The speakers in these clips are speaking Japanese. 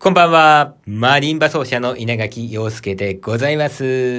こんばんは。マリンバ奏者の稲垣陽介でございます。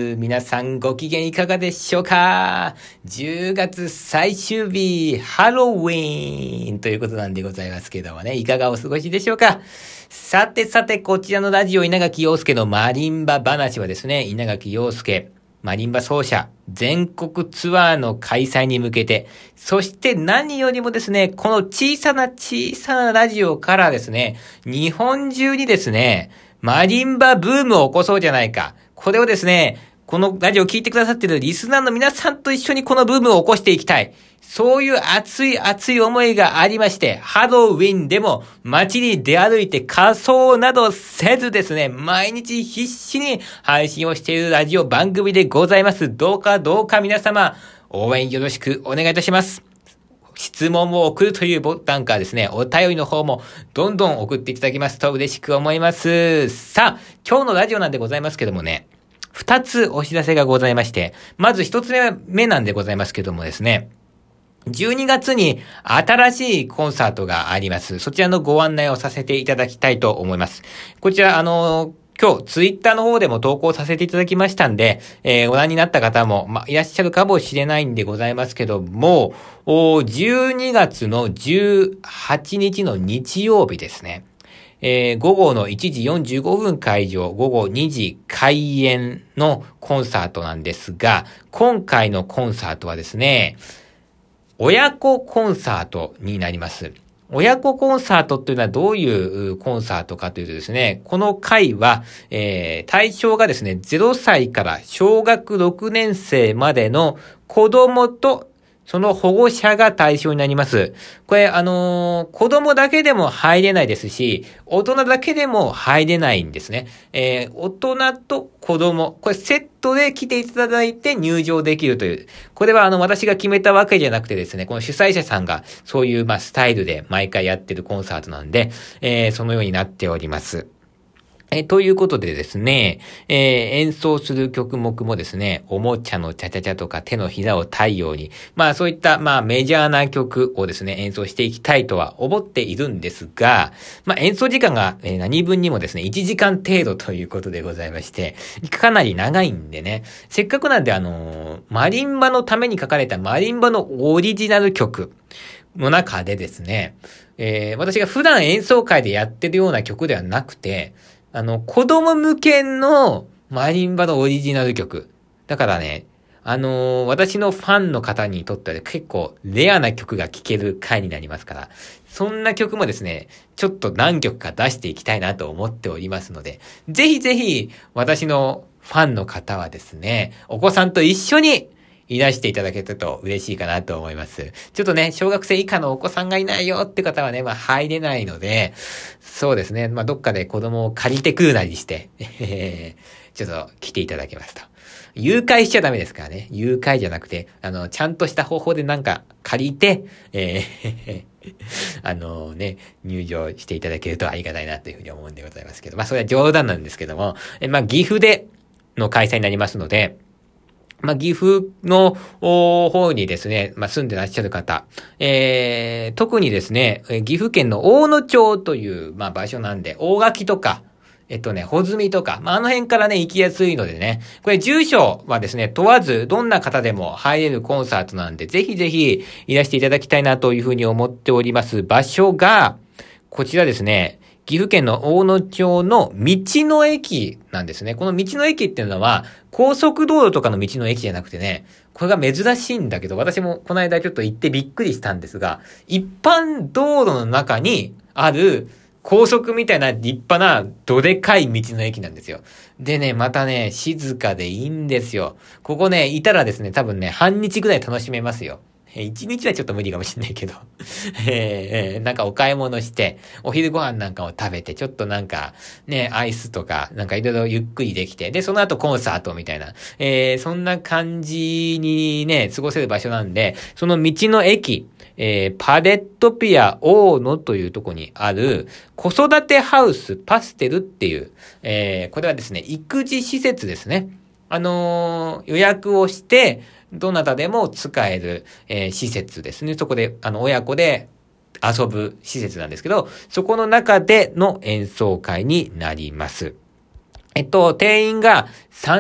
皆さんご機嫌いかがでしょうか？ 10 月最終日、ハロウィーンということなんでございますけどもね、いかがお過ごしでしょうか？さて、こちらのラジオ稲垣陽介のマリンバ話はですね、稲垣陽介、マリンバ奏者全国ツアーの開催に向けて、そして何よりもですね、この小さなラジオからですね、日本中にですね、マリンバブームを起こそうじゃないか。これをですね、このラジオを聞いてくださっているリスナーの皆さんと一緒にこのブームを起こしていきたい。そういう熱い思いがありまして、ハロウィンでも街に出歩いて仮装などせずですね、毎日必死に配信をしているラジオ番組でございます。どうか皆様、応援よろしくお願いいたします。質問を送るというボタンからですね、お便りの方もどんどん送っていただきますと嬉しく思います。さあ、今日のラジオなんでございますけどもね、2つお知らせがございまして、まず1つ目なんでございますけどもですね、12月に新しいコンサートがあります。そちらのご案内をさせていただきたいと思います。こちら、今日、ツイッターの方でも投稿させていただきましたんで、ご覧になった方も、いらっしゃるかもしれないんでございますけども、12月の18日の日曜日ですね。午後の1時45分開場、午後2時開演のコンサートなんですが、今回のコンサートはですね、親子コンサートになります。親子コンサートというのはどういうコンサートかというとですね、この回は、対象がですね、0歳から小学6年生までの子供とその保護者が対象になります。これ、子供だけでも入れないですし、大人だけでも入れないんですね。大人と子供、これセットで来ていただいて入場できるという。これは私が決めたわけじゃなくてですね、この主催者さんがそういうスタイルで毎回やってるコンサートなんで、そのようになっております。ということでですね、演奏する曲目もですね、おもちゃのチャチャチャとか手のひらを太陽に、そういったメジャーな曲をですね、演奏していきたいとは思っているんですが、演奏時間が何分にもですね、1時間程度ということでございまして、かなり長いんでね、せっかくなんでマリンバのために書かれたマリンバのオリジナル曲の中でですね、私が普段演奏会でやってるような曲ではなくて、子供向けのマリンバのオリジナル曲。だからね、私のファンの方にとっては結構レアな曲が聴ける回になりますから、そんな曲もですね、ちょっと何曲か出していきたいなと思っておりますので、ぜひ私のファンの方はですね、お子さんと一緒にいらしていただけると嬉しいかなと思います。ちょっとね、小学生以下のお子さんがいないよって方はね、入れないので、そうですね、どっかで子供を借りてくるなりして、ちょっと来ていただけますと。誘拐しちゃダメですからね。誘拐じゃなくて、ちゃんとした方法で借りて、入場していただけるとありがたいなというふうに思うんでございますけど、それは冗談なんですけども、岐阜での開催になりますので、岐阜の方にですね、住んでらっしゃる方、特にですね、岐阜県の大野町という、場所なんで、大垣とか、穂積とか、あの辺からね、行きやすいのでね、これ住所はですね、問わず、どんな方でも入れるコンサートなんで、ぜひいらしていただきたいなというふうに思っております。場所が、こちらですね、岐阜県の大野町の道の駅なんですね。この道の駅っていうのは、高速道路とかの道の駅じゃなくてね、これが珍しいんだけど、私もこの間ちょっと行ってびっくりしたんですが、一般道路の中にある高速みたいな立派などでかい道の駅なんですよ。でね、またね、静かでいいんですよ。ここね、いたらですね、多分ね、半日ぐらい楽しめますよ。一日はちょっと無理かもしれないけどお買い物して、お昼ご飯なんかを食べて、ちょっとアイスとか、いろいろゆっくりできて、で、その後コンサートみたいな、そんな感じにね、過ごせる場所なんで、その道の駅、パレットピア大野というところにある子育てハウスパステルっていう、これはですね、育児施設ですね。予約をして、どなたでも使える、施設ですね。そこで、親子で遊ぶ施設なんですけど、そこの中での演奏会になります。定員が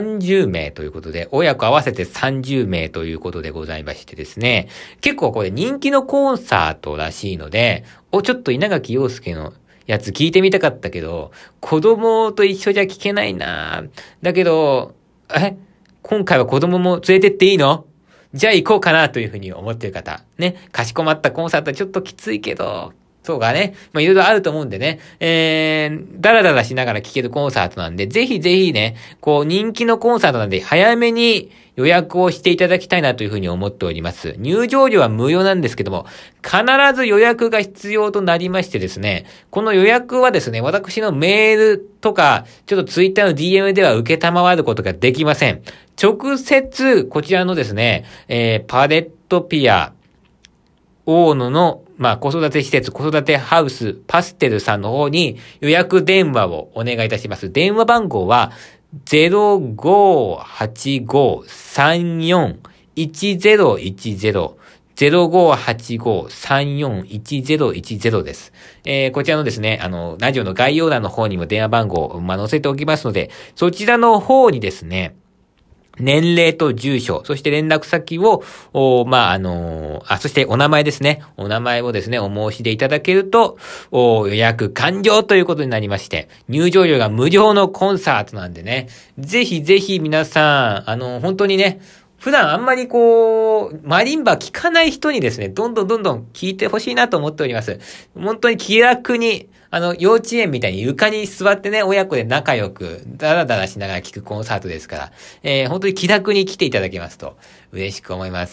30名ということで、親子合わせて30名ということでございましてですね、結構これ人気のコンサートらしいので、ちょっと稲垣陽介のやつ聞いてみたかったけど、子供と一緒じゃ聞けないな。だけど、今回は子供も連れてっていいの？じゃあ行こうかなというふうに思っている方。ね、かしこまったコンサートはちょっときついけど、そうかね。いろいろあると思うんでね。ダラダラしながら聴けるコンサートなんで、ぜひぜひね、人気のコンサートなんで、早めに予約をしていただきたいなというふうに思っております。入場料は無料なんですけども、必ず予約が必要となりましてですね、この予約はですね、私のメールとか、ちょっとツイッターの DM では受けたまわることができません。直接、こちらのですね、パレットピア、大野の、子育て施設、子育てハウス、パステルさんの方に予約電話をお願いいたします。電話番号は、0585-34-1010。0585-34-1010です。こちらのですね、ラジオの概要欄の方にも電話番号を、載せておきますので、そちらの方にですね、年齢と住所、そして連絡先を、そしてお名前ですね。お名前をですね、お申し出いただけると、予約完了ということになりまして、入場料が無料のコンサートなんでね、ぜひぜひ皆さん、本当にね、普段あんまりマリンバ聴かない人にですね、どんどん聴いてほしいなと思っております。本当に気楽に、幼稚園みたいに床に座ってね、親子で仲良く、ダラダラしながら聴くコンサートですから、本当に気楽に来ていただけますと、嬉しく思います。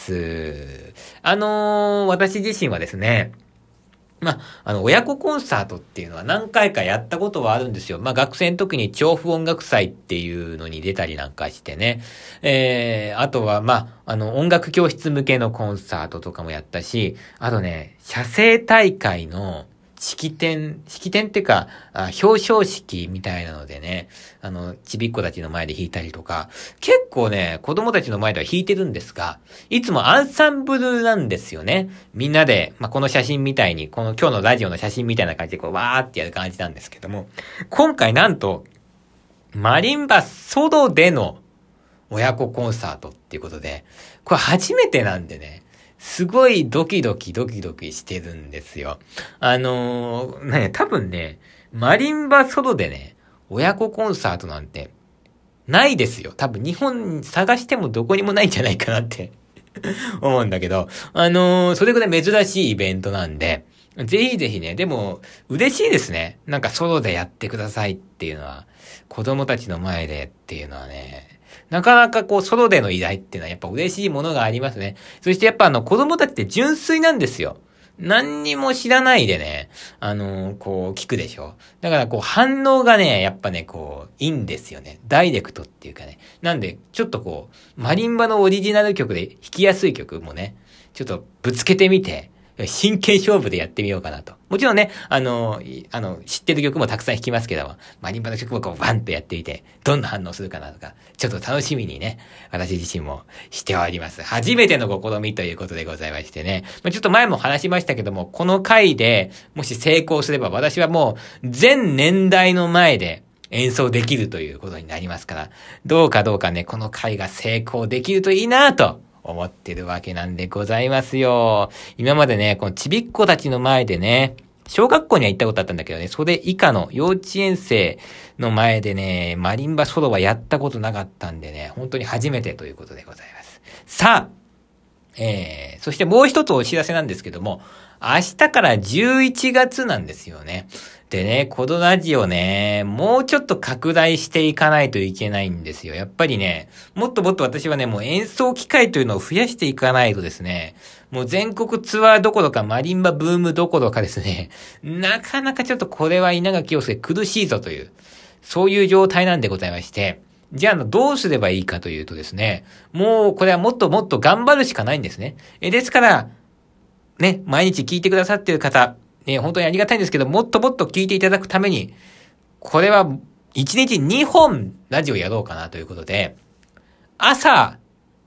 私自身はですね、親子コンサートっていうのは何回かやったことはあるんですよ。学生の時に調布音楽祭っていうのに出たりなんかしてね。あとは、音楽教室向けのコンサートとかもやったし、あとね、写生大会の式典っていうか、表彰式みたいなのでね、ちびっ子たちの前で弾いたりとか、結構ね、子供たちの前では弾いてるんですが、いつもアンサンブルなんですよね。みんなで、この写真みたいに、今日のラジオの写真みたいな感じでわーってやる感じなんですけども、今回なんと、マリンバソロでの親子コンサートっていうことで、これ初めてなんでね、すごいドキドキしてるんですよ。多分ね、マリンバソロでね、親子コンサートなんて、ないですよ。多分日本探してもどこにもないんじゃないかなって思うんだけど、それぐらい珍しいイベントなんで、ぜひぜひね、でも、嬉しいですね。なんかソロでやってくださいっていうのは、子供たちの前でっていうのはね、なかなかソロでの依頼っていうのはやっぱ嬉しいものがありますね。そしてやっぱ子供たちって純粋なんですよ。何にも知らないでね、聞くでしょ。だから反応がね、やっぱね、いいんですよね。ダイレクトっていうかね。なんで、ちょっとマリンバのオリジナル曲で弾きやすい曲もね、ちょっとぶつけてみて、真剣勝負でやってみようかなと。もちろんね、知ってる曲もたくさん弾きますけども、マリンバの曲もバンとやってみて、どんな反応するかなとか、ちょっと楽しみにね、私自身もしております。初めての試みということでございましてね。ちょっと前も話しましたけども、この回でもし成功すれば、私はもう全年代の前で演奏できるということになりますから、どうかね、この回が成功できるといいなと思ってるわけなんでございますよ。今までね、このちびっ子たちの前でね、小学校には行ったことあったんだけどね、それ以下の幼稚園生の前でね、マリンバソロはやったことなかったんでね、本当に初めてということでございます。さあ、そしてもう一つお知らせなんですけども、明日から11月なんですよね。でね、コドラジオね、もうちょっと拡大していかないといけないんですよ。やっぱりね、もっと私はね、もう演奏機会というのを増やしていかないとですね、もう全国ツアーどころかマリンバブームどころかですね、なかなかちょっとこれは稲垣陽介苦しいぞという、そういう状態なんでございまして、じゃあどうすればいいかというとですね、もうこれはもっと頑張るしかないんですね。ですから、ね、毎日聞いてくださっている方、ね、本当にありがたいんですけど、もっと聞いていただくために、これは1日2本ラジオやろうかなということで、朝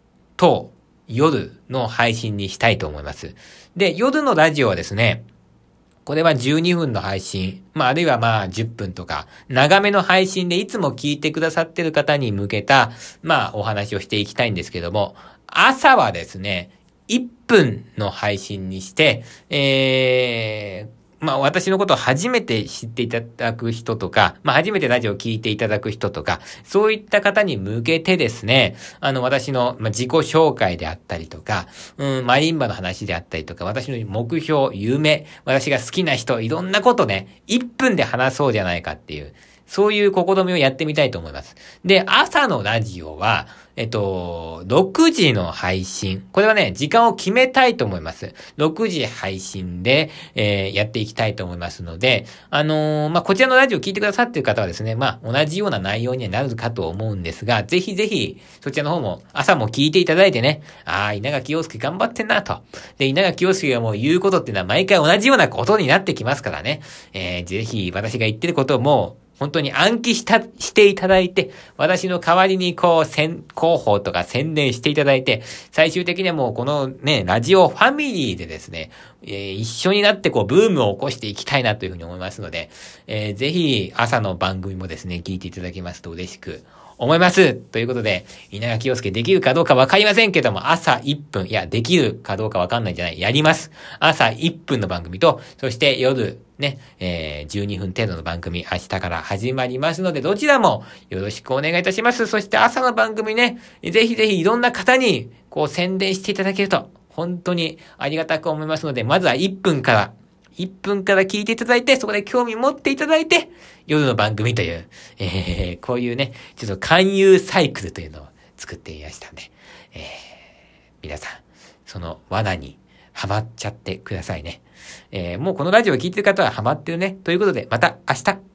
と夜の配信にしたいと思います。で、夜のラジオはですね、 これは12分の配信、あるいは10分とか、長めの配信でいつも聞いてくださってる方に向けた、お話をしていきたいんですけども、朝はですね、1分の配信にして、私のことを初めて知っていただく人とか、初めてラジオを聞いていただく人とか、そういった方に向けてですね、私の、自己紹介であったりとか、マリンバの話であったりとか、私の目標、夢、私が好きな人、いろんなことね、1分で話そうじゃないかっていう、そういう試みをやってみたいと思います。で、朝のラジオは、6時の配信。これはね、時間を決めたいと思います。6時配信で、やっていきたいと思いますので、こちらのラジオを聞いてくださっている方はですね、同じような内容にはなるかと思うんですが、ぜひぜひ、そちらの方も、朝も聞いていただいてね、稲垣陽介頑張ってんなと。で、稲垣陽介がもう言うことっていうのは毎回同じようなことになってきますからね、ぜひ私が言ってることをもう、本当に暗記していただいて、私の代わりに広報とか宣伝していただいて、最終的にはもうこのね、ラジオファミリーでですね、一緒になってブームを起こしていきたいなというふうに思いますので、ぜひ朝の番組もですね、聞いていただけますと嬉しく思います。ということで、稲垣陽介できるかどうかわかりませんけども、朝1分、できるかどうかわかんないんじゃない、やります。朝1分の番組と、そして夜、ね、12分程度の番組、明日から始まりますので、どちらもよろしくお願いいたします。そして朝の番組ね、ぜひぜひいろんな方に、宣伝していただけると、本当にありがたく思いますので、まずは1分から聞いていただいて、そこで興味持っていただいて、夜の番組という、こういうね、ちょっと勧誘サイクルというのを作っていましたんで、皆さん、その罠にハマっちゃってくださいね。もうこのラジオを聞いてる方はハマってるね。ということで、また明日。